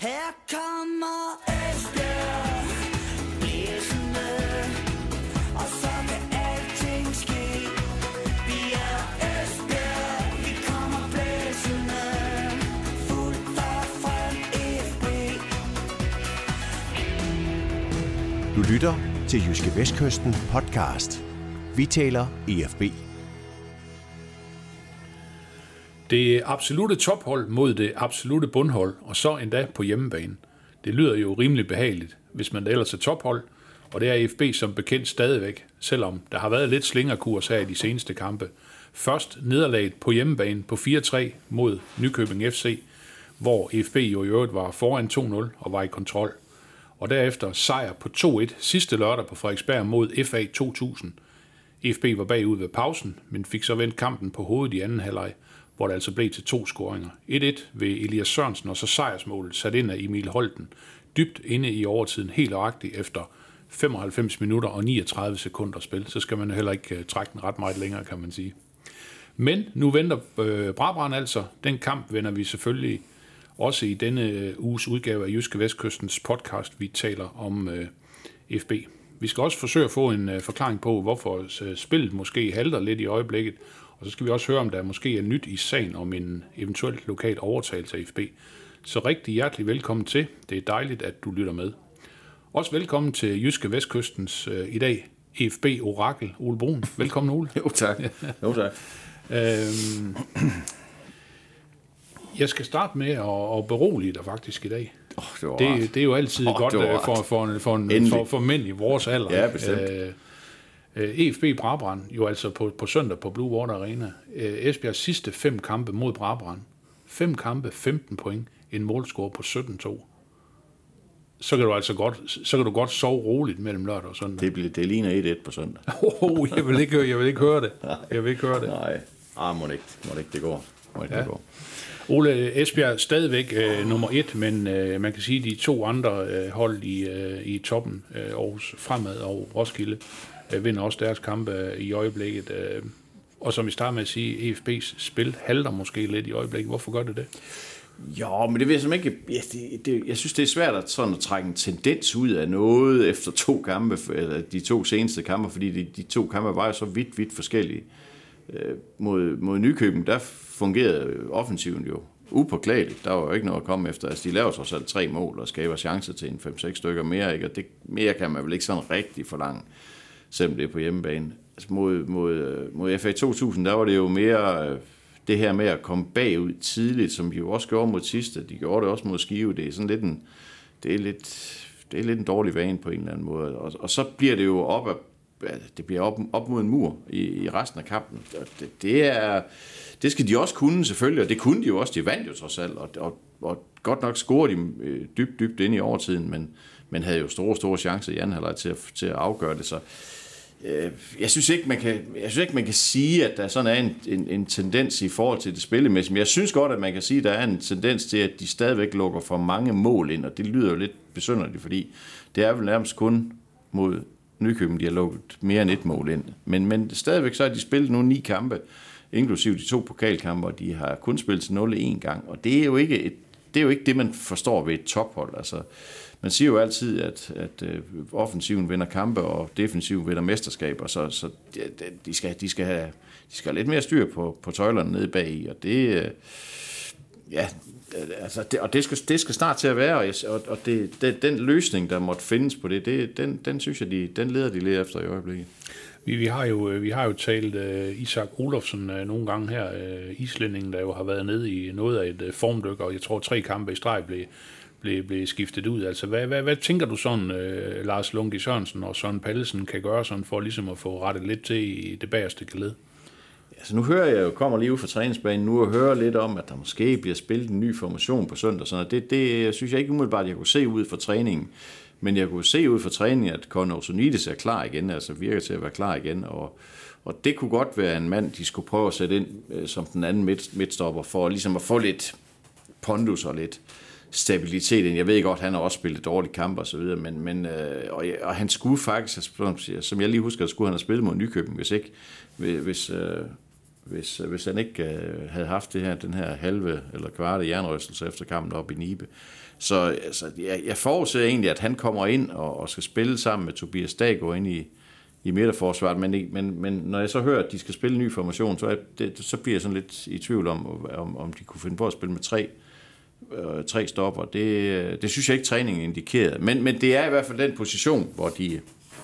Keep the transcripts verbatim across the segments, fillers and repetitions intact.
Her kommer Esbjerg blæsende, og så kan alting ske. Vi er Esbjerg, vi kommer blæsende, fuldt og frem F B. Du lytter til Jyske Vestkysten podcast. Vi taler E F B. Det absolute tophold mod det absolute bundhold, og så endda på hjemmebane. Det lyder jo rimelig behageligt, hvis man ellers er tophold, og det er E F B som bekendt stadigvæk, selvom der har været lidt slingerkurs her i de seneste kampe. Først nederlaget på hjemmebane på fire tre mod Nykøbing F C, hvor E F B jo i øvrigt var foran to nul og var i kontrol. Og derefter sejr på to et sidste lørdag på Frederiksberg mod F A to tusind. E F B var bagud ved pausen, men fik så vendt kampen på hovedet i anden halvleg, hvor det altså blev til to scoringer. et et ved Elias Sørensen, og så sejrsmålet sat ind af Emil Holten, dybt inde i overtiden, helt nøjagtigt efter femoghalvfems minutter og niogtredive sekunder spil. Så skal man heller ikke uh, trække den ret meget længere, kan man sige. Men nu venter øh, Brabrand altså. Den kamp vender vi selvfølgelig også i denne uges udgave af Jyske Vestkystens podcast. Vi taler om øh, F B. Vi skal også forsøge at få en øh, forklaring på, hvorfor øh, spillet måske halter lidt i øjeblikket. Og så skal vi også høre, om der måske er nyt i sagen om en eventuelt lokal overtagelse af F B. Så rigtig hjertelig velkommen til. Det er dejligt, at du lytter med. Også velkommen til Jyske Vestkystens øh, i dag E F B-orakel, Ole Brun. Velkommen, Ole. Jo, tak. Jo, tak. øhm, jeg skal starte med at, at berolige dig faktisk i dag. Oh, det, det, det er jo altid oh, godt for, for, for, for, for, for mænd i vores alder. Ja, bestemt. Øh, E F B Brabrand, jo altså på, på søndag på Blue Water Arena. Esbjergs sidste fem kampe mod Brabrand. Fem kampe, femten point, en målscore på sytten to. Så kan du altså godt, så kan du godt sove roligt mellem lørdag og søndag. Det, bliver, det ligner et et på søndag. Oh, jeg, vil ikke, jeg vil ikke høre det. Jeg vil ikke høre det. Nej, ah, må det ikke, må det ikke det går. Må det ja. det går. Ole, Esbjerg stadigvæk øh, nummer et, men øh, man kan sige, de to andre øh, hold i, øh, i toppen, øh, Aarhus Fremad og Roskilde, øh, vinder også deres kampe øh, i øjeblikket. Øh, og som vi starter med at sige, E F B's spil halter måske lidt i øjeblikket. Hvorfor gør det det? Jo, men det vil jeg simpelthen ikke... Ja, det, det, jeg synes, det er svært at, sådan at trække en tendens ud af noget efter to kampe, eller de to seneste kampe, fordi de, de to kampe var jo så vidt, vidt forskellige. Øh, mod, mod Nykøbing, der fungerede offensiven jo upåklageligt. Der var jo ikke noget at komme efter. Altså, de laver så selv tre mål og skaber chancer til en fem seks stykker mere, ikke? Og det, mere kan man vel ikke sådan rigtig forlange, selvom det er på hjemmebane. Altså, mod, mod, mod F A to tusind, der var det jo mere det her med at komme bagud tidligt, som de jo også gjorde mod sidste. De gjorde det også mod Skive. Det er sådan lidt en, det er lidt, det er lidt en dårlig vane på en eller anden måde. Og, og så bliver det jo op af det bliver op, op mod en mur i, i resten af kampen. Det, det, er, det skal de også kunne selvfølgelig, og det kunne de jo også. De vandt jo trods alt, og, og, og godt nok scorede de øh, dybt, dybt ind i overtiden, men, men havde jo store, store chancer i anden halvleg til, til at afgøre det. Så øh, jeg, synes ikke, man kan, jeg synes ikke, man kan sige, at der sådan er en, en, en tendens i forhold til det spillemæssige, men jeg synes godt, at man kan sige, at der er en tendens til, at de stadigvæk lukker for mange mål ind, og det lyder jo lidt besynderligt, fordi det er vel nærmest kun mod Nykøbing, de har lukket mere end et mål ind. Men, men stadigvæk så har de spillet nu ni kampe, inklusive de to pokalkampe, og de har kun spillet til nul en gang. Og det er jo ikke, et, det, er jo ikke det, man forstår ved et tophold. Altså, man siger jo altid, at, at uh, offensiven vinder kampe, og defensiven vinder mesterskaber, så, så de, de, skal, de, skal have, de skal have lidt mere styr på, på tøjlerne nede bagi, og det... Uh, ja, altså det, og det skal, det skal snart til at være, og, og det, det, den løsning, der måtte findes på det, det den, den synes jeg, de, den leder de lidt efter i øjeblikket. Vi, vi, har, jo, vi har jo talt uh, Isak Olofsson uh, nogle gange her, uh, islændingen, der jo har været nede i noget af et uh, formdyk, og jeg tror tre kampe i streg blev, blev, blev skiftet ud. Altså, hvad, hvad, hvad tænker du sådan, uh, Lars Lunke Sørensen og Søren Pallesen kan gøre sådan, for ligesom at få rettet lidt til i det bagerste geled? Altså nu hører jeg jo, kommer lige ud fra træningsbanen nu og hører lidt om, at der måske bliver spillet en ny formation på søndag. Sådan, og det, det synes jeg ikke umiddelbart, at jeg kunne se ud fra træningen. Men jeg kunne se ud fra træningen, at Conor Osonides er klar igen, altså virker til at være klar igen. Og, og det kunne godt være en mand, de skulle prøve at sætte ind øh, som den anden midt, midtstopper, for ligesom at få lidt pondus og lidt stabilitet ind. Jeg ved godt, han har også spillet dårlige kampe og så videre, men, men øh, og, og han skulle faktisk, som jeg lige husker, skulle han have spillet mod Nykøbing, hvis ikke, hvis, øh, hvis, hvis han ikke øh, havde haft det her, den her halve eller kvarte jernrystelse efter kampen op i Nibe. Så altså, jeg, jeg forudser egentlig, at han kommer ind og, og skal spille sammen med Tobias Dago ind i, i midterforsvaret, men, men, men når jeg så hører, at de skal spille en ny formation, så, er det, så bliver jeg sådan lidt i tvivl om, om, om de kunne finde på at spille med tre, øh, tre stopper. Det, det synes jeg ikke, træningen indikerede. Men, men det er i hvert fald den position, hvor de,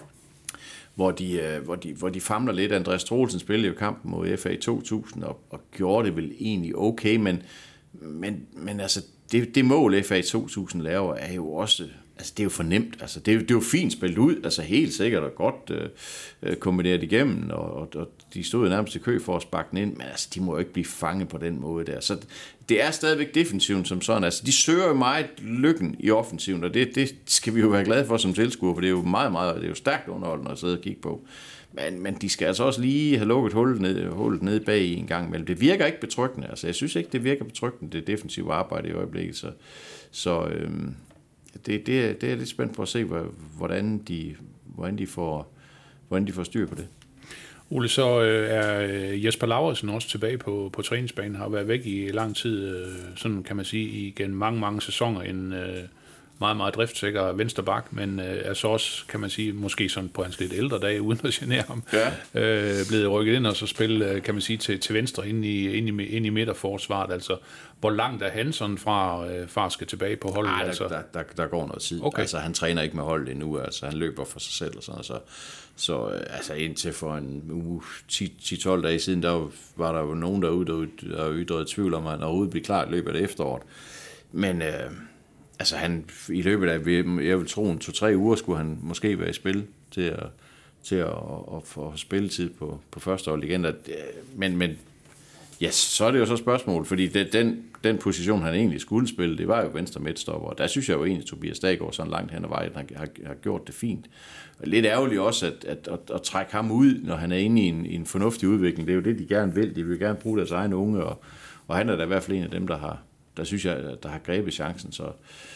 hvor de, hvor de, hvor de famler lidt. Andreas Troelsen spillede jo kampen mod F A to tusind og, og gjorde det vel egentlig okay, men, men, men altså, det, det mål F A to tusind laver er jo også... Altså, det er jo fornemt. Altså, det, er, det er jo fint spillet ud. Altså, helt sikkert og godt øh, kombineret igennem, og, og, og de stod nærmest i kø for at sparke den ind, men altså, de må jo ikke blive fanget på den måde der. Så det er stadigvæk defensiven som sådan. Altså, de søger jo meget lykken i offensiven, og det, det skal vi jo være glade for som tilskuere, for det er jo meget, meget, det er jo stærkt underholdende at sidde og kigge på. Men, men de skal altså også lige have lukket hullet ned, hullet ned bag i en gang imellem. Det virker ikke betryggende. Altså, jeg synes ikke, det virker betryggende, det defensive arbejde i øjeblikket. Så, så øhm, Det, det, er, det er lidt spændt på at se, hvordan de, hvordan de, får, hvordan de får styr på det. Ole, så øh, er Jesper Lauritsen også tilbage på, på træningsbanen, har været væk i lang tid, øh, sådan kan man sige, igen mange, mange sæsoner, en øh, meget, meget driftsikker vensterbak, men øh, er så også, kan man sige, måske sådan på hans lidt ældre dage, uden at genere ham, ja. øh, blevet rykket ind og så spille, kan man sige, til, til venstre ind i, ind i, ind i midterforsvaret. Altså, hvor langt er han sådan fra, øh, fra skal tilbage på holdet? Ej, der, altså? der, der, der går noget tid. Okay. Altså, han træner ikke med holdet endnu, altså han løber for sig selv og sådan, så, så altså indtil for en uge ti til tolv dage siden, der var der jo nogen derude, der, der ytrede tvivl om, at han overhovedet blev klar i løbet af efteråret. Men øh, altså han, i løbet af, jeg vil tro, en to-tre uger skulle han måske være i spil til at, til at, at, at få spilletid på, på første hold igen. At, men, men ja, så er det jo så spørgsmål, fordi det, den, den position, han egentlig skulle spille, det var jo venstre midtstopper, og der synes jeg jo egentlig, at Tobias Dago sådan langt hen ad vejen, han har, har gjort det fint. Og lidt ærgerligt også, at, at, at, at trække ham ud, når han er inde i en, i en fornuftig udvikling. Det er jo det, de gerne vil. De vil gerne bruge deres egne unge, og, og han er da i hvert fald en af dem, der har, der synes jeg, der har grebet chancen. Så,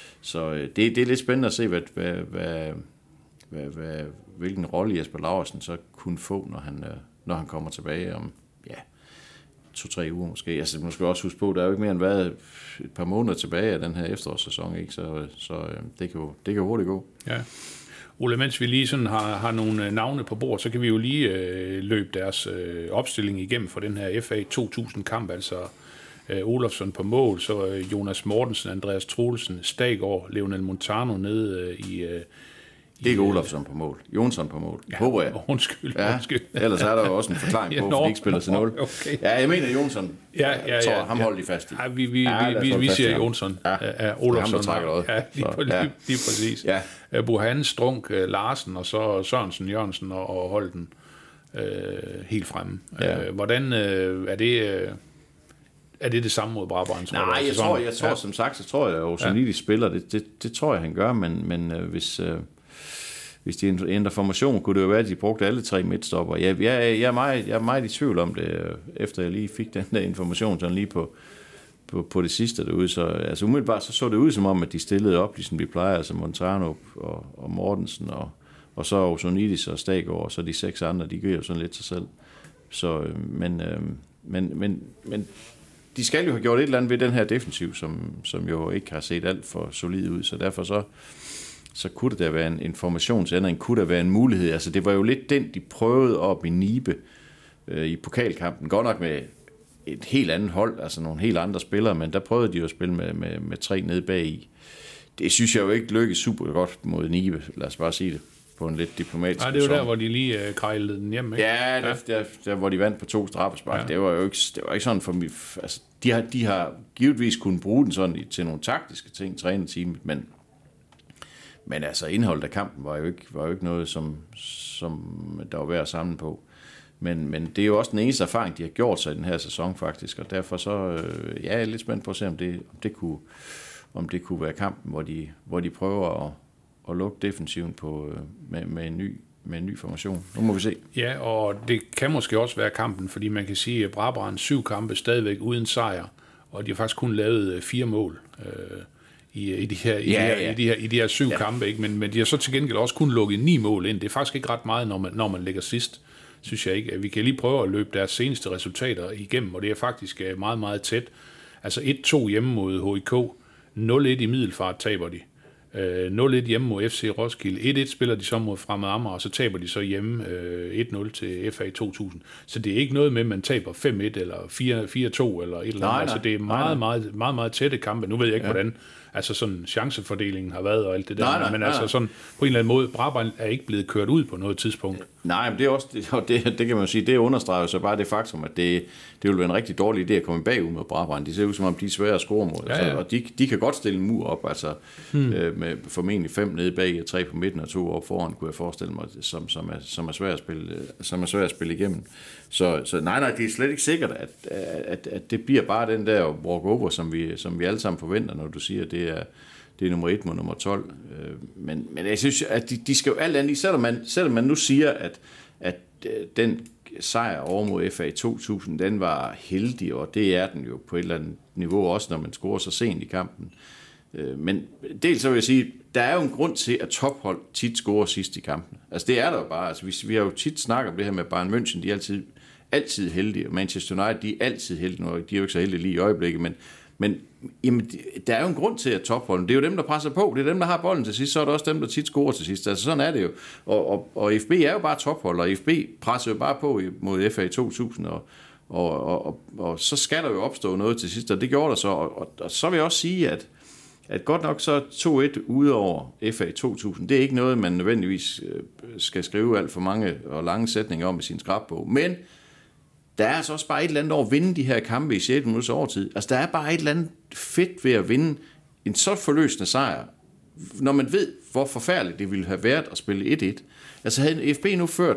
så det, det er lidt spændende at se, hvad, hvad, hvad, hvad, hvad, hvilken rolle Jesper Lauritsen så kunne få, når han, når han kommer tilbage om, ja, to-tre uger måske. Altså, man skal også huske på, der er jo ikke mere end været et par måneder tilbage af den her efterårssæson, ikke? Så, så det, kan jo, det kan jo hurtigt gå. Ja. Ole, mens vi lige sådan har, har nogle navne på bord, så kan vi jo lige øh, løbe deres øh, opstilling igennem for den her F A to tusind kamp, altså øh, Olofsson på mål, så øh, Jonas Mortensen, Andreas Troelsen, Stagård, Leonel Montano nede øh, i... Øh, Ikke Olofsson på mål. Jonsson på mål. Ja, håber jeg. Undskyld, ja, undskyld. Ellers er der jo også en forklaring på, ja, hvorfor de ikke spiller til nul. Okay. Ja, jeg mener Jonsson. Ja, ja, ja. Så ham ja. holder de fast i. Ja, vi, vi, ja, vi, vi, vi siger Jonsson. Ja, ja Olofsson. Ja, lige, på, lige, lige præcis. Ja. Bohan, Strunk, Larsen og så Sørensen, Jørgensen og, og Holden øh, helt fremme. Ja. Øh, hvordan øh, er det... Øh, Er det det samme mod Brabrand? Nej, jeg tror, jeg tror ja. som sagt, så tror jeg, at Osunidis ja. spiller. Det, det, det tror jeg, han gør, men, men øh, hvis... Øh, Hvis de ændrer formation, kunne det jo være, at de brugte alle tre midtstopper. Jeg, jeg, jeg, er meget, jeg er meget i tvivl om det, efter jeg lige fik den der information, sådan lige på, på, på det sidste derude. Så altså umiddelbart så, så det ud som om, at de stillede op, ligesom vi plejer, altså Montano og, og Mortensen, og, og så Osunidis og Stagård, og så de seks andre, de gør jo sådan lidt sig selv. Så, men, men, men, men de skal jo have gjort et eller andet ved den her defensiv, som, som jo ikke har set alt for solid ud, så derfor så så kunne det da være en informationsændring, kunne der være en mulighed. Altså det var jo lidt den, de prøvede op i Nibe øh, i pokalkampen. Godt nok med et helt andet hold, altså nogle helt andre spillere, men der prøvede de jo at spille med, med, med tre nede bag i. Det synes jeg jo ikke lykkedes super godt mod Nibe, lad os bare sige det, på en lidt diplomatisk. Nej, det er jo der, hvor de lige øh, krejlede den hjem, ikke? Ja, der, ja. Der, der, hvor de vandt på to straffespark. Ja. Det var jo ikke, det var ikke sådan for mig. Altså, de, har, de har givetvis kunnet bruge den sådan til nogle taktiske ting, træneteamet, men Men altså indholdet af kampen var jo ikke, var jo ikke noget, som, som der var værd at samle på. Men, men det er jo også den eneste erfaring, de har gjort sig i den her sæson faktisk, og derfor så øh, ja, jeg er lidt spændt på at se, om det, om det, kunne, om det kunne være kampen, hvor de, hvor de prøver at, at lukke defensiven på, med, med, en ny, med en ny formation. Nu må vi se. Ja, og det kan måske også være kampen, fordi man kan sige, at Brabrand syv kampe stadigvæk uden sejr, og de har faktisk kun lavet fire mål. Øh, I, i, de her, i, ja, de her, ja. i, de her, i de her syv ja. kampe, ikke? Men, men de har så til gengæld også kun lukket ni mål ind. Det er faktisk ikke ret meget, når man, når man ligger sidst. synes jeg ikke. Vi kan lige prøve at løbe deres seneste resultater igennem, og det er faktisk meget, meget tæt. Altså et to hjemme mod H I K, nul et i Middelfart taber de. nul et hjemme mod F C Roskilde, et et spiller de så mod Fremad Amager, og så taber de så hjemme et nul til F A to tusind. Så det er ikke noget med, at man taber fem et eller fire to eller et eller andet. Nej, nej, altså det er meget, nej, nej. meget, meget, meget tætte kampe. Nu ved jeg ikke, ja. hvordan altså sådan chancefordelingen har været og alt det der. Nej, nej, men nej, altså sådan på en eller anden måde, Brabrand er ikke blevet kørt ud på noget tidspunkt. Nej, men det er også, det, det, det kan man sige, det understreger så bare det faktum, at det, det vil være en rigtig dårlig idé at komme bagud med Brabrand. De ser ud som om, de er svære at score mod. Ja, ja. Altså, og de, de kan godt stille en mur op, altså hmm. øh, med formentlig fem nede bag, tre på midten og to op foran, kunne jeg forestille mig, som, som, er, som, er, svært at spille, som er svært at spille igennem. Så, så nej, nej, det er slet ikke sikkert, at, at, at det bliver bare den der walk-over, som vi, som vi alle sammen forventer, når du siger, at det er, det er nummer et mod nummer tolv. Men, men jeg synes, at de, de skal jo alt andet, selvom man, selvom man nu siger, at, at den sejr over mod F A to tusind, den var heldig, og det er den jo på et eller andet niveau, også når man scorer så sent i kampen. Men dels så vil jeg sige, der er jo en grund til, at tophold tit scorer sidst i kampen. Altså det er der jo bare. Altså, vi, vi har jo tit snakket om det her med Bayern München, de er altid, altid heldige, og Manchester United, de er altid heldige, nu de er jo ikke så heldige lige i øjeblikket, men, men jamen, der er jo en grund til, at topholden, det er jo dem, der presser på, det er dem, der har bolden til sidst, så er det også dem, der tit scorer til sidst. Altså sådan er det jo. Og, og, og F B er jo bare tophold, og F B presser jo bare på mod F A to tusind, og, og, og, og, og så skal der jo opstå noget til sidst, og det gjorde der så. Og, og, og så vil jeg også sige, at at godt nok så to et ude over F A to tusind, det er ikke noget, man nødvendigvis skal skrive alt for mange og lange sætninger om i sin skrabbog. Men der er altså også bare et eller andet over at vinde de her kampe i sjette minutters overtid. Altså der er bare et eller andet fedt ved at vinde en så forløsende sejr, når man ved, hvor forfærdeligt det ville have været at spille et et. Altså havde F B nu ført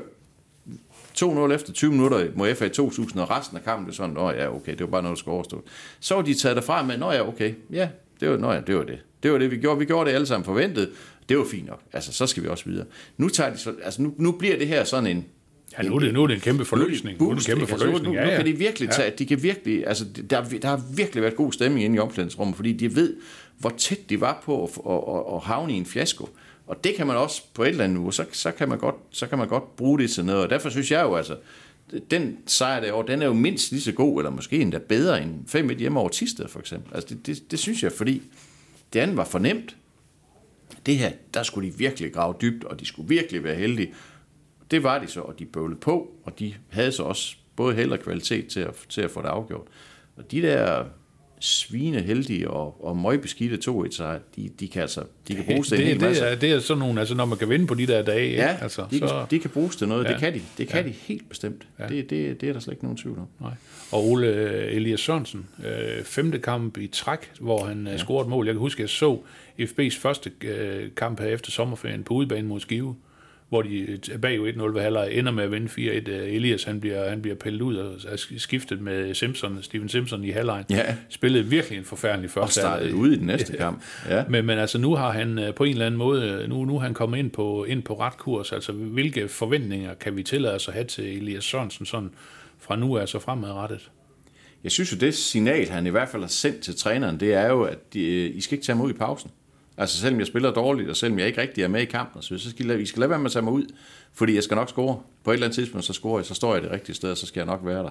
to nul efter tyve minutter mod F A to tusind, og resten af kampen blev sådan, nå ja, okay, det var bare noget, der skulle overstå. Så var de taget derfra med, nå ja, okay, ja, Det var, nøj, det var det. Det var det, vi gjorde. Vi gjorde det alle sammen forventet. Det var fint nok. Altså, så skal vi også videre. Nu, tager de så, altså, nu, nu bliver det her sådan en... Ja, nu er det, nu er det en kæmpe forløsning. Nu er det en kæmpe forløsning. Nu, ja, ja. nu kan de virkelig tage... De kan virkelig, altså, der, der har virkelig været god stemning inde i omklædningsrummet, fordi de ved, hvor tæt de var på at, at, at, at havne i en fiasko. Og det kan man også på et eller andet niveau, så, så, kan, man godt, så kan man godt bruge det til noget. Og derfor synes jeg jo, altså... Den sejr derovre, den er jo mindst lige så god, eller måske endda bedre end fem et hjemme over Thisted, for eksempel. Altså, det, det, det synes jeg, fordi... Det andet var fornemt. Det her, der skulle de virkelig grave dybt, og de skulle virkelig være heldige. Det var de så, og de bøvlede på, og de havde så også både held og kvalitet til at, til at få det afgjort. Og de der svineheldige og, og møgbeskidte to et sejr, de, de kan altså de kan bruges til det, en hel masse. Det er, det er sådan nogle, altså når man kan vinde på de der dage. Ja, altså, de, så, kan, de kan bruges til noget, ja, det kan de. Det kan ja. de helt bestemt. Ja. Det, det, det er der slet ikke nogen tvivl om. Nej. Og Ole Elias Sørensen, øh, femte kamp i træk, hvor han ja. scorede et mål. Jeg kan huske, at jeg så F B's første øh, kamp her efter sommerferien på udebane mod Skive, hvor de er bag et nul ved halvleg, ender med at vinde fire et. Elias, han bliver, han bliver pillet ud og er skiftet med Simpson, Steven Simpson i halvlejen. Ja. Spillede virkelig en forfærdelig første. Og startede ud i den næste kamp. Ja. men, men altså nu har han på en eller anden måde, nu, nu er han kommet ind på, ind på ret kurs. Altså hvilke forventninger kan vi tillade os at have til Elias Sørensen sådan fra nu af så fremadrettet? Jeg synes jo, det signal, han i hvert fald har sendt til træneren, det er jo, at de, I skal ikke tage mig ud i pausen. Altså selvom jeg spiller dårligt, og selvom jeg ikke rigtig er med i kampen, så skal I, I skal lade være med at tage mig ud, fordi jeg skal nok score. På et eller andet tidspunkt, så scorer jeg, så står jeg det rigtige sted, og så skal jeg nok være der.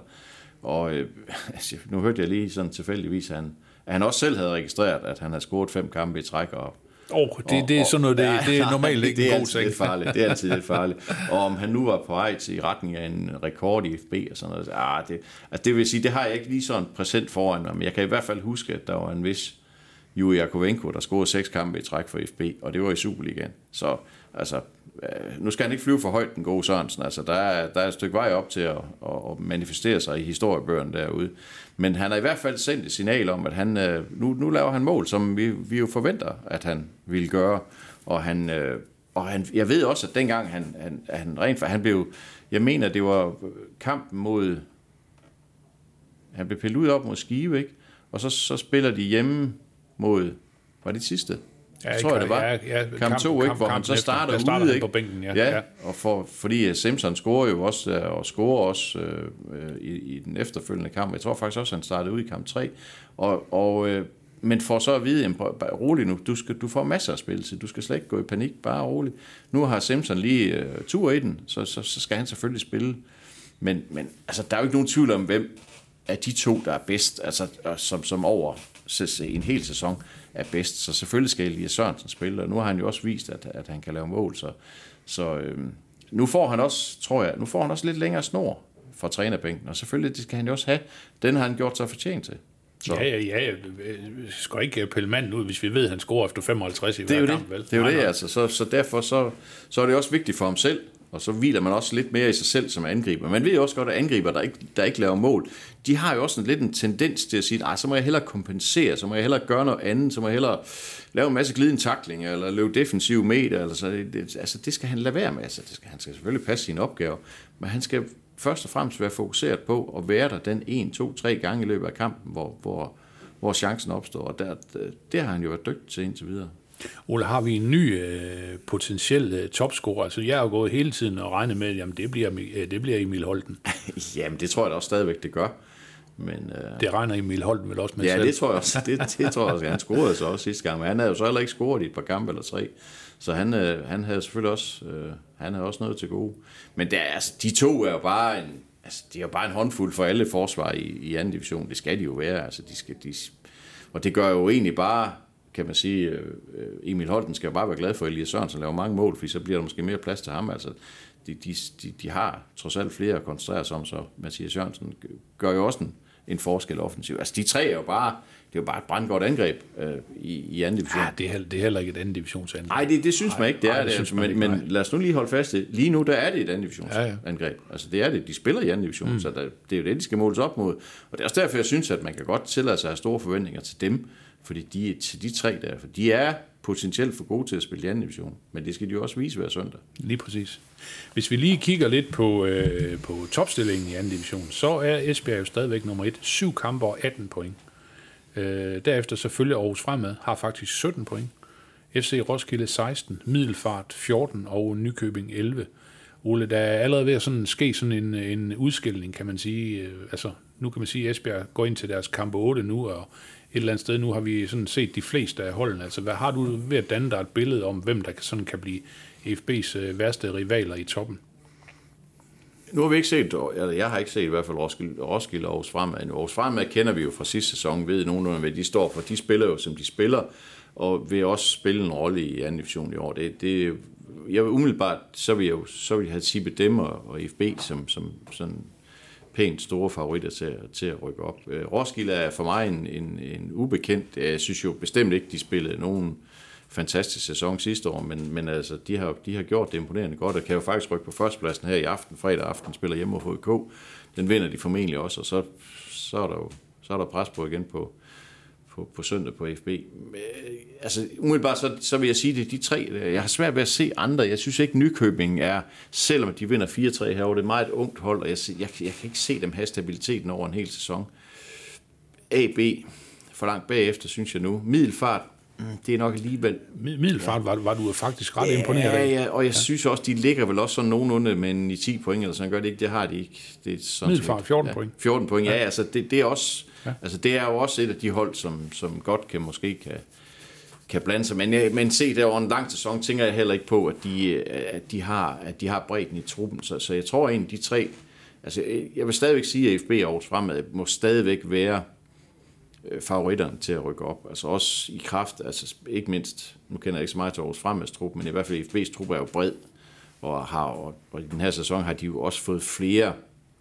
Og øh, altså, nu hørte jeg lige sådan tilfældigvis, at han, at han også selv havde registreret, at han havde scoret fem kampe i træk. Og, oh, det, det er sådan noget, det, ja, det er normalt ikke det er en god ting. Det er farligt, det er altid lidt farligt. Og om han nu var på vej til i retning af en rekord i F B og sådan noget, ah, det, altså det vil sige, det har jeg ikke lige sådan præsent foran mig, men jeg kan i hvert fald huske, at der var en vis Juri Jakovenko, der scorede seks kampe i træk for F B, og det var i Superligaen. Så altså, nu skal han ikke flyve for højt, den gode Sørensen. Altså, der er, der er et stykke vej op til at, at manifestere sig i historiebøgerne derude. Men han har i hvert fald sendt et signal om, at han, nu, nu laver han mål, som vi, vi jo forventer, at han vil gøre. Og han, og han, jeg ved også, at dengang han, han, han rent for, han blev, jeg mener, det var kampen mod, han blev pillet ud op mod Skive, ikke? Og så, så spiller de hjemme mod, var det sidste? Ja, tror jeg, det var. Ja, ja, kamp, kamp to, ikke, kamp, hvor han så starter, efter, starter ude, ikke? På bænken, ja. Ja, ja. Og for, fordi Simpson scorer jo også, og scorer også øh, i, i den efterfølgende kamp. Jeg tror faktisk også, han startede ud i kamp tre. Og, og, øh, men for så at vide, rolig nu, du, skal, du får masser af spilletid, du skal slet ikke gå i panik, bare rolig. Nu har Simpson lige øh, tur i den, så, så, så skal han selvfølgelig spille. Men, men altså, der er jo ikke nogen tvivl om, hvem af de to, der er bedst, altså, som, som over en hel sæson er bedst. Så selvfølgelig skal Elias Sørensen spille, og nu har han jo også vist, at, at han kan lave mål. Så, så øhm, nu får han også, tror jeg, nu får han også lidt længere snor fra trænerbænken, og selvfølgelig, det skal han jo også have. Den har han gjort sig fortjent til. Så. Ja, ja, ja. Vi skal ikke pille manden ud, hvis vi ved, at han scorer efter femoghalvtreds i det hver kamp. Det. det er jo nej, det, nej. altså. Så, så derfor så, så er det også vigtigt for ham selv, og så hviler man også lidt mere i sig selv som angriber. Man ved jo også godt, at angriber, der ikke, der ikke laver mål, de har jo også en, lidt en tendens til at sige, nej, så må jeg hellere kompensere, så må jeg hellere gøre noget andet, så må jeg hellere lave en masse glidende tacklinger, eller løbe defensive meter, eller så. Det, altså, det skal han lade være med. Altså, det skal, han skal selvfølgelig passe sine opgaver, men han skal først og fremmest være fokuseret på at være der den en, to, tre gange i løbet af kampen, hvor, hvor, hvor chancen opstår, og der, det har han jo været dygtig til indtil videre. Ole, har vi en ny øh, potentiel øh, topscorer? Altså, jeg har jo gået hele tiden og regnet med, at jamen, det, bliver, øh, det bliver Emil Holten. Jamen, det tror jeg da også stadigvæk, det gør. Men, øh... det regner Emil Holten vel også med ja, selv? Ja, det tror jeg også. Det, det tror jeg også. Han scorede så også sidste gang, men han havde jo så heller ikke scoret i et par kampe eller tre. Så han, øh, han havde selvfølgelig også, øh, han havde også noget til gode. Men der, altså, de to er jo bare en, altså, de er jo bare en håndfuld for alle forsvar i, i anden division. Det skal de jo være. Altså, de skal, de, og det gør jo egentlig bare, kan man sige, øh, Emil Holten skal jo bare være glad for, at Elias Sørensen laver mange mål, fordi så bliver der måske mere plads til ham. Altså, de, de, de, de har trods alt flere at koncentrere sig om, så Mathias Jørgensen gør jo også en, en forskel offensiv. Altså, de tre er jo bare, det er jo bare et brandgodt angreb øh, i, i anden division. Ja, det er, det er heller ikke et anden divisionsangreb. Nej, det, det synes man ikke, det er Ej, det. det Altså, men, ikke, men lad os nu lige holde fast i, lige nu der er det et anden divisionsangreb. Ja, ja. Altså, det er det. De spiller i anden division, mm. så der, det er jo det, de skal måles op mod. Og det er også derfor, jeg synes, at man kan godt tillade sig at have store forventninger til dem, fordi de, til de tre der, for de er potentielt for gode til at spille i anden division, men det skal de jo også vise hver søndag. Lige præcis. Hvis vi lige kigger lidt på, øh, på topstillingen i anden division, så er Esbjerg jo stadigvæk nummer et. Syv kampe og atten point. Øh, derefter selvfølgelig Aarhus Fremad har faktisk sytten point. F C Roskilde seksten, Middelfart fjorten og Nykøbing elleve. Ole, der er allerede ved at sådan ske sådan en, en udskilning, kan man sige. Altså, nu kan man sige, at Esbjerg går ind til deres kamp otte nu, og et eller andet sted nu har vi sådan set de fleste af holdene. Altså, hvad har du ved at danne dig et billede om, hvem der sådan kan blive F B's værste rivaler i toppen? Nu har vi ikke set, eller jeg har ikke set i hvert fald Roskilde, Roskilde og Aarhus Fremad. Aarhus Fremad kender vi jo fra sidste sæson, ved nogenlunde, hvad de står for. De spiller jo, som de spiller, og vil også spille en rolle i anden division i år. Det, det, jeg vil umiddelbart, så vil jeg jo så vil jeg have tippet dem og, og F B som, som sådan pænt store favoritter til, til at rykke op. Roskilde er for mig en, en, en ubekendt. Jeg synes jo bestemt ikke, de spillede nogen fantastisk sæson sidste år, men, men altså, de har, de har gjort det imponerende godt, og kan jo faktisk rykke på førstepladsen her i aften, fredag aften, spiller hjemme mod H K. Den vinder de formentlig også, og så, så, er, der jo, så er der pres på igen på, på, på søndag på F B. Altså, umiddelbart så, så vil jeg sige, det er de tre. Jeg har svært ved at se andre. Jeg synes ikke, Nykøbing er, selvom de vinder fire tre herovre, det er et meget ungt hold, og jeg, jeg, jeg kan ikke se dem have stabiliteten over en hel sæson. A B, for langt bagefter, synes jeg nu. Middelfart, det er nok alligevel... Middelfart var, var du faktisk ret ja, imponeret af. Ja, og jeg ja. synes også, de ligger vel også sådan nogenlunde med en i ti point, eller sådan gør det ikke. Det har de ikke. Det er sådan Middelfart fjorten ja, point. fjorten point, ja. ja altså det, det er også... Ja. Altså det er jo også et af de hold, som, som godt kan måske kan, kan blande sig. Men, men se der over en lang sæson, tænker jeg heller ikke på, at de, at de, har, at de har bredden i truppen. Så, så jeg tror egentlig, de tre... Altså jeg vil stadigvæk sige, at F B og Aarhus Fremad må stadigvæk være favoritterne til at rykke op. Altså også i kraft, altså ikke mindst, nu kender jeg ikke så meget til Aarhus Fremads trup, men i hvert fald F B's trup er jo bred, og, har, og, og i den her sæson har de jo også fået flere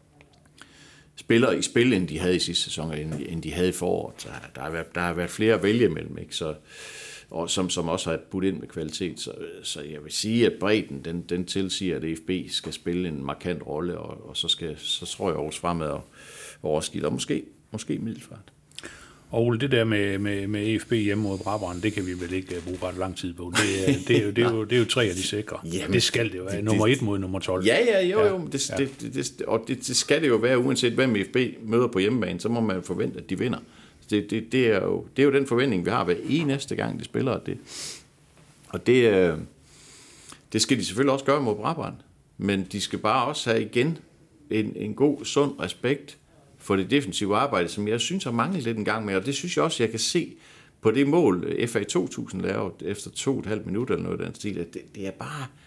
spillere i spil, end de havde i sidste sæson, end, end de havde i foråret. Så der har været, der har været flere at vælge mellem, ikke? Så, og som, som også har budt ind med kvalitet. Så, så jeg vil sige, at bredden, den, den tilsiger, at F B skal spille en markant rolle, og, og så, skal, så tror jeg Aarhus Fremad og, og Roskilde, og måske, måske Middelfart. Og Ole, det der med, med, med F B hjemme mod Brabrand, det kan vi vel ikke bruge ret lang tid på. Det, det, er, jo, det, er, jo, det er jo tre af de sikre. Jamen, det skal det jo være. Det, nummer et mod nummer tolv. Ja, ja, jo, jo. Det, ja. det, det, det, og det, det skal det jo være, uanset hvem F B møder på hjemmebane, så må man forvente, at de vinder. Det, det, det, er, jo, det er jo den forventning, vi har hver eneste gang, de spiller. Det. Og det, det skal de selvfølgelig også gøre mod Brabrand. Men de skal bare også have igen en, en god, sund respekt for det defensive arbejde, som jeg synes har manglet lidt en gang med, og det synes jeg også, jeg kan se på det mål, F A to tusind lavede efter to og et halvt minutter eller noget af den stil, at det, det er bare,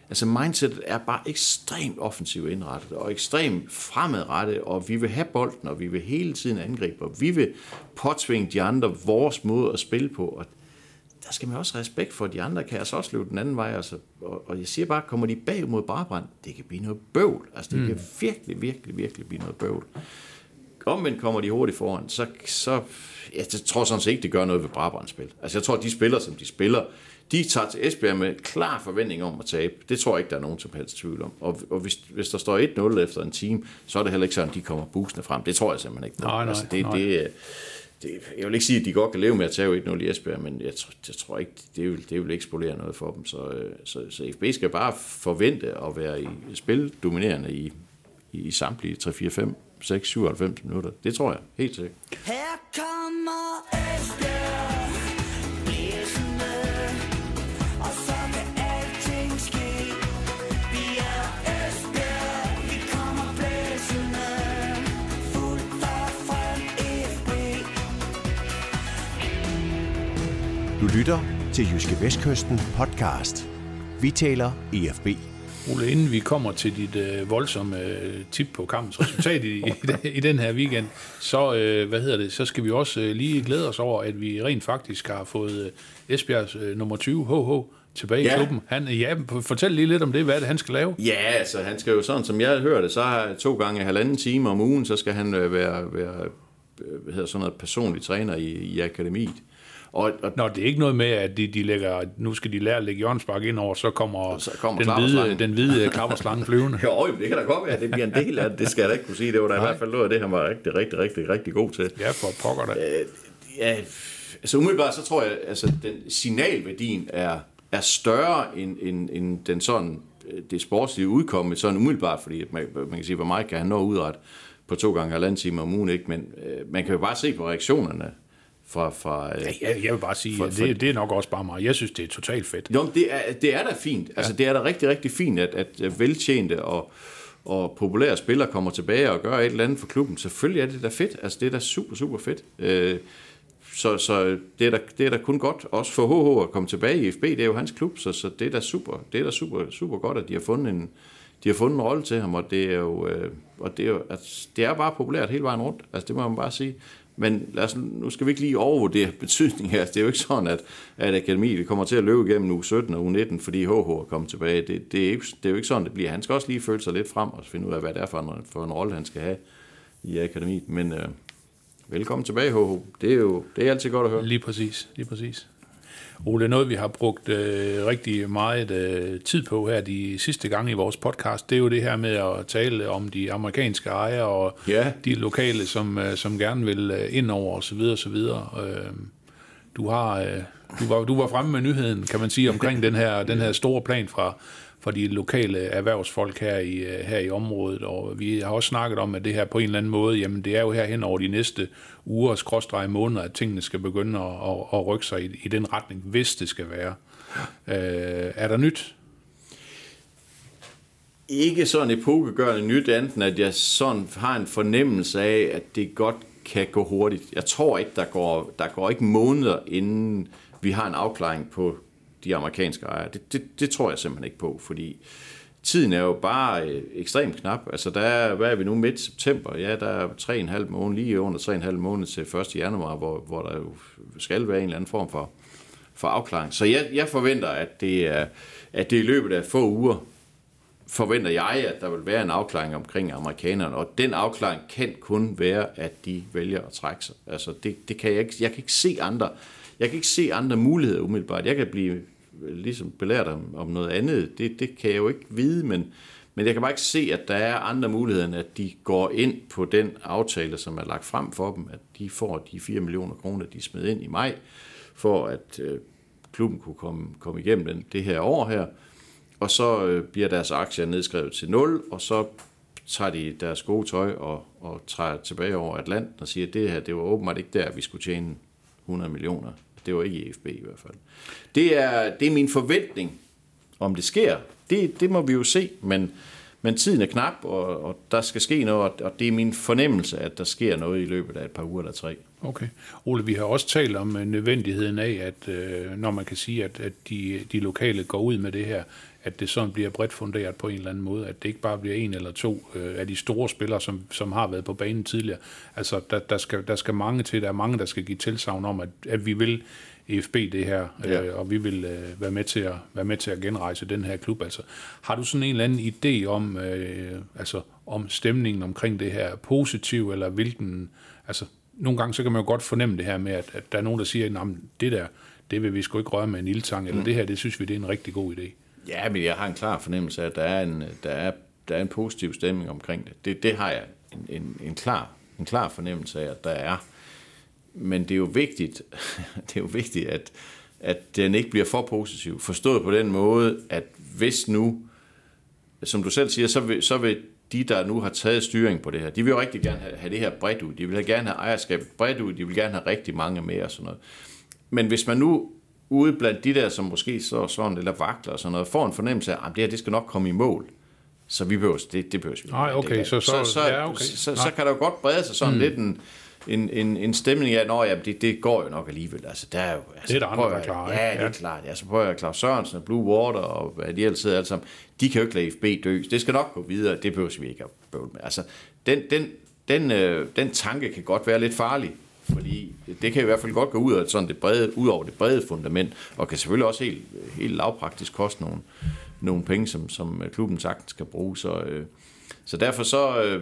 altså mindsetet er bare ekstremt offensivt indrettet, og ekstremt fremadrettet, og vi vil have bolden, og vi vil hele tiden angribe, og vi vil påtvinge de andre vores måde at spille på, og der skal man også have respekt for, at de andre kan altså også løbe den anden vej, altså, og, og jeg siger bare, kommer de bag mod Brabrand, det kan blive noget bøvl, altså det mm. kan virkelig, virkelig, virkelig blive noget bøvl. Omvendt kommer de hurtigt foran, så, så jeg tror sådan set ikke, det gør noget ved Brabrands spil. Altså jeg tror, at de spiller, som de spiller, de tager til Esbjerg med klar forventning om at tabe. Det tror jeg ikke, der er nogen som helst tvivl om. Og, og hvis, hvis der står et nul efter en time, så er det heller ikke sådan, at de kommer busende frem. Det tror jeg simpelthen ikke. Nej, nej, altså, det, nej. Det, det, jeg vil ikke sige, at de godt kan leve med at tage et nul i Esbjerg, men jeg, jeg tror ikke, det vil, det vil ikke spolere noget for dem. Så, så, så F B skal bare forvente at være i spil dominerende i, i, i samtlige tre, fire, fem, seks, syvoghalvfems minutter. Det tror jeg, helt sikkert. Her kommer Esbjerg blæsende, og så kan alting ske. Vi er Esbjerg, vi kommer blæsende, fuldt og frem F B. Du lytter til Jyske Vestkysten podcast. Vi taler E F B. Ole, inden vi kommer til dit øh, voldsomme øh, tip på kampens resultat i, i, i den her weekend, så, øh, hvad hedder det, så skal vi også øh, lige glæde os over, at vi rent faktisk har fået øh, Esbjergs øh, nummer tyve, H H, tilbage ja. i klubben. Han, ja, fortæl lige lidt om det, hvad er det, han skal lave? Ja, altså han skal jo sådan, som jeg hørte det, så har to gange halvanden time om ugen, så skal han øh, være, være hvad hedder sådan noget, personlig træner i, i akademiet. Og, og Nå, det er ikke noget med, at de, de lægger, nu skal de lære at lægge hjørnespark ind over, så kommer, så kommer den, hvide, den hvide klapperslange flyvende. Jo, det kan da godt være, det bliver en del af det, det skal jeg da ikke kunne sige. Det var da i hvert fald noget af det, han var rigtig, rigtig, rigtig, rigtig god til. Ja, for pokker da. Øh, ja, altså umiddelbart, så tror jeg, altså den signalværdien er, er større end, end, end den sådan, det sportslige udkomme, sådan umiddelbart, fordi man, man kan sige, hvor meget kan han nå udret på to gange halvanden time om ugen, ikke? Men øh, man kan jo bare se på reaktionerne. Fra, fra, ja, jeg, jeg vil bare sige, for, for, det, det er nok også bare mig. Jeg synes, det er totalt fedt. Jo, det er, det er da fint. Altså, ja. Det er da rigtig, rigtig fint, at, at veltjente og, og populære spillere kommer tilbage og gør et eller andet for klubben. Selvfølgelig er det da fedt. Altså, det er da super, super fedt. Øh, så så det, er da, det er da kun godt. Også for H H at komme tilbage i F B, det er jo hans klub, så, så det er da super, det er da super, super godt, at de har fundet en, de har fundet en rolle til ham, og det er jo, øh, og det er jo altså, det er bare populært hele vejen rundt. Altså, det må man bare sige. Men lad os, nu skal vi ikke lige overvurdere betydningen her. Det er jo ikke sådan, at, at akademiet kommer til at løbe igennem uge sytten og uge nitten, fordi H H er kommet tilbage. Det, det, er ikke, det er jo ikke sådan, det bliver. Han skal også lige føle sig lidt frem og finde ud af, hvad det er for en, for en rolle, han skal have i akademiet. Men øh, velkommen tilbage, H H. Det er jo det er altid godt at høre. Lige præcis, lige præcis. Ole, noget vi har brugt øh, rigtig meget øh, tid på her de sidste gange i vores podcast, det er jo det her med at tale om de amerikanske ejere og ja. de lokale, som, øh, som gerne vil øh, ind over osv. osv. Øh, du, har, øh, du, var, du var fremme med nyheden, kan man sige, omkring den her, den her store plan fra, fra de lokale erhvervsfolk her i, her i området, og vi har også snakket om, at det her på en eller anden måde, jamen det er jo her hen over de næste uger, skråstrege måneder, at tingene skal begynde at, at, at rykke sig i, i den retning, hvis det skal være. Øh, er der nyt? Ikke sådan epokegørende nyt, enten at jeg sådan har en fornemmelse af, at det godt kan gå hurtigt. Jeg tror ikke, der går, der går ikke måneder, inden vi har en afklaring på de amerikanske ejere. Det, det, det tror jeg simpelthen ikke på, fordi tiden er jo bare øh, ekstremt knap. Altså, der er, hvad er vi nu, midt september? Ja, der er tre og en halv måned, lige under tre og en halv måned til første januar, hvor, hvor der jo skal være en eller anden form for, for afklaring. Så jeg, jeg forventer, at det, er, at det i løbet af få uger, forventer jeg, at der vil være en afklaring omkring amerikanerne, og den afklaring kan kun være, at de vælger at trække sig. Altså, det, det kan jeg ikke, jeg kan ikke se andre, jeg kan ikke se andre muligheder umiddelbart. Jeg kan blive ligesom belært om, om noget andet, det, det kan jeg jo ikke vide, men, men jeg kan bare ikke se, at der er andre muligheder, end at de går ind på den aftale, som er lagt frem for dem, at de får de fire millioner kroner, de smed ind i maj, for at øh, klubben kunne komme, komme igennem den, det her år her, og så øh, bliver deres aktier nedskrevet til nul, og så tager de deres gode tøj og, og træder tilbage over Atlanten og siger, at det her, det var åbenbart ikke der, vi skulle tjene hundrede millioner. Det var ikke i F B i hvert fald. Det er, det er min forventning, om det sker. Det, det må vi jo se, men, men tiden er knap, og, og der skal ske noget, og det er min fornemmelse, at der sker noget i løbet af et par uger eller tre. Okay. Ole, vi har også talt om nødvendigheden af, at øh, når man kan sige, at, at de, de lokale går ud med det her, at det sådan bliver bredt funderet på en eller anden måde, at det ikke bare bliver en eller to øh, af de store spillere, som, som har været på banen tidligere. Altså, der, der, skal, der skal mange til, der er mange, der skal give tilsagn om, at, at vi vil E F B det her, ja. øh, og vi vil øh, være, med til at, være med til at genrejse den her klub. Altså, har du sådan en eller anden idé om, øh, altså, om stemningen omkring det her positiv, eller hvilken... Altså, nogle gange så kan man jo godt fornemme det her med, at, at der er nogen, der siger, at det der, det vil vi sgu ikke røre med en ildtang, eller mm. det her, det synes vi, det er en rigtig god idé. Ja, men jeg har en klar fornemmelse af, at der er en, der er, der er en positiv stemning omkring det. Det, det har jeg en, en, en, klar, en klar fornemmelse af, at der er. Men det er jo vigtigt, det er jo vigtigt at, at den ikke bliver for positiv. Forstået på den måde, at hvis nu, som du selv siger, så vil, så vil de, der nu har taget styring på det her, de vil jo rigtig gerne have, have det her bredt ud. De vil gerne have ejerskabet bredt ud. De vil gerne have rigtig mange med og sådan noget. Men hvis man nu ude blandt de der, som måske så sådan eller vakler og sådan noget, får en fornemmelse af, at det her, det skal nok komme i mål, så vi behøver, det, det behøver vi. Nej, okay, så, så, så, ja, okay. så, så, så kan der jo godt brede sig sådan mm. lidt en, en, en, en stemning af, at ja, det, det går jo nok alligevel. Altså, der er jo, altså, det er der andre, der er klar. Ja, det er klart. Ja, så prøver jeg Claus Sørensen og Blue Water og hvad de ellers sidder alle sammen. De kan jo ikke lade F B dø. Det skal nok gå videre. Det behøver vi ikke at bøvle med. Altså, den, den, den, øh, den tanke kan godt være lidt farlig. Fordi det kan i hvert fald godt gå ud af sådan det brede, ud over det brede fundament, og kan selvfølgelig også helt, helt lavpraktisk koste nogle, nogle penge, som, som klubben sagtens skal bruge. Så, øh, så derfor så, øh,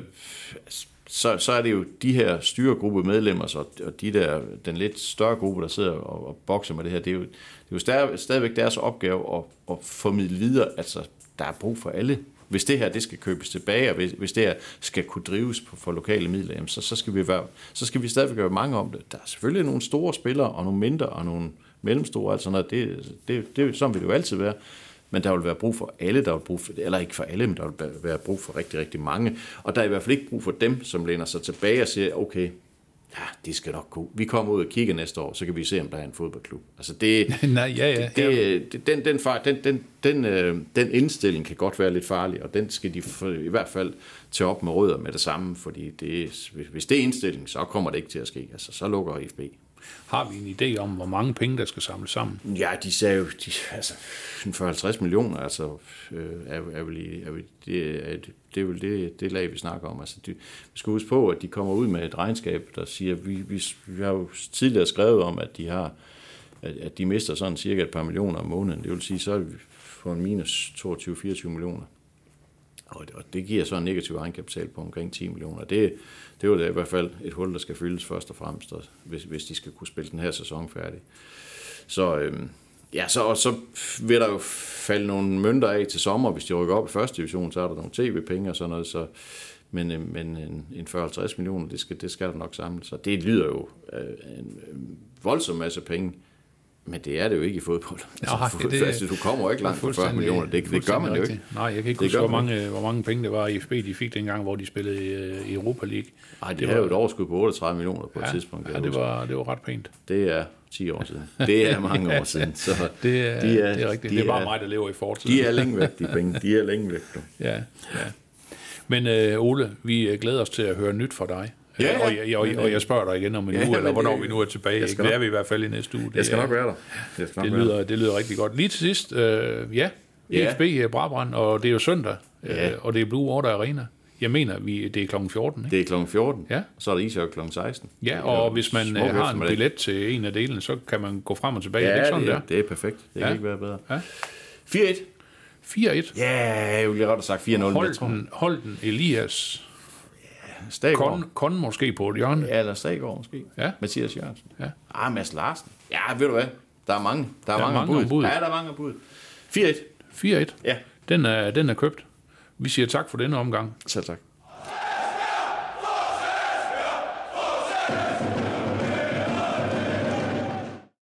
så, så er det jo de her styregruppe medlemmer, så, og de der, den lidt større gruppe, der sidder og, og bokser med det her, det er jo, det er jo stadig, stadigvæk deres opgave at, at formidle videre, altså der er brug for alle. Hvis det her det skal købes tilbage, og hvis, hvis det her skal kunne drives på, for lokale midler, jamen, så, så, skal vi være, så skal vi stadigvæk gøre mange om det. Der er selvfølgelig nogle store spillere, og nogle mindre, og nogle mellemstore, altså noget. Det, det, det, sådan vil det jo altid være. Men der vil være brug for alle, der vil brug for, eller ikke for alle, men der vil være brug for rigtig, rigtig mange. Og der er i hvert fald ikke brug for dem, som læner sig tilbage og siger, okay, ja, det skal nok gå. Vi kommer ud og kigger næste år, så kan vi se, om der er en fodboldklub. Altså det, Nej, ja, ja, det, det, det den, den, den, den, den, øh, den indstilling kan godt være lidt farlig, og den skal de for, i hvert fald tage op med rødder med det samme, fordi det, hvis det er indstilling, så kommer det ikke til at ske. Altså, så lukker F B. Har vi en idé om, hvor mange penge, der skal samles sammen? Ja, de sagde jo, de, altså, for halvtreds millioner, altså, øh, er, er vel, er vel, det, er, det er vel det, det lag, vi snakker om. Altså, de, vi skal huske på, at de kommer ud med et regnskab, der siger, vi, vi, vi har jo tidligere skrevet om, at de har, at, at de mister sådan cirka et par millioner om måneden. Det vil sige, så er vi på en minus toogtyve til fireogtyve millioner. Og det, og det giver så en negativ egenkapital på omkring ti millioner. Det, det er jo da i hvert fald et hul, der skal fyldes først og fremmest, hvis, hvis de skal kunne spille den her sæson færdig. Så, øhm, ja, så, og så vil der jo falde nogle mønter af til sommer. Hvis de rykker op i første division, så er der nogle tv-penge og sådan noget. Så, men men en, en fyrre til halvtreds millioner, det skal, det skal der nok samle. Så det lyder jo øh, en, en voldsom masse penge. Men det er det jo ikke i fodbold. Altså, Nå, det, altså, du kommer jo ikke langt for fyrre millioner. Det, det gør man jo ikke. Nej, jeg kan ikke huske, hvor mange, hvor mange penge det var i F B, de fik dengang, hvor de spillede i, i Europa League. Nej, de havde jo et overskud på otteogtredive millioner på ja, et tidspunkt. Ja, det var, det var ret pænt. Det er ti år siden. Det er mange år siden. Så det, er, de er, det er rigtigt. De det er bare er, mig, der lever i fortiden. De er længe væk, de penge. De er længe væk. Ja, ja. Men øh, Ole, vi glæder os til at høre nyt fra dig. Ja, ja. Og, jeg, og, og jeg spørger dig igen om en ja, uge, eller hvornår det, vi nu er tilbage. Ikke? Det er vi i hvert fald i næste uge. Det, jeg skal nok være der. Jeg skal nok det, være lyder, der. det lyder rigtig godt. Lige til sidst, øh, ja, ja. E F B Brabrand, og det er jo søndag, ja. øh, og det er Blue Water Arena. Jeg mener, vi, det er klokken fjorten, ikke? Det er klokken fjorten, ja. Så er der ishockey klokken seksten. Ja, og hvis man har en billet til en af delene, så kan man gå frem og tilbage. Ja, er det ikke sådan, det, der? det er perfekt. Det ja. kan ikke være bedre. Ja. fire et. fire et? Ja, jeg ville ret have sagt fire nul. Holden, Holden Elias... Stagård. Kon, Kon måske på et hjørne. Ja, eller Stagård måske. Ja. Mathias Jørgensen. Ja. Ah, Mads Larsen. Ja, ved du hvad? Der er mange. Der er, der er mange, mange bud. Ja, der er mange bud. fire et. fire et. Ja. Den er, den er købt. Vi siger tak for denne omgang. Selv tak.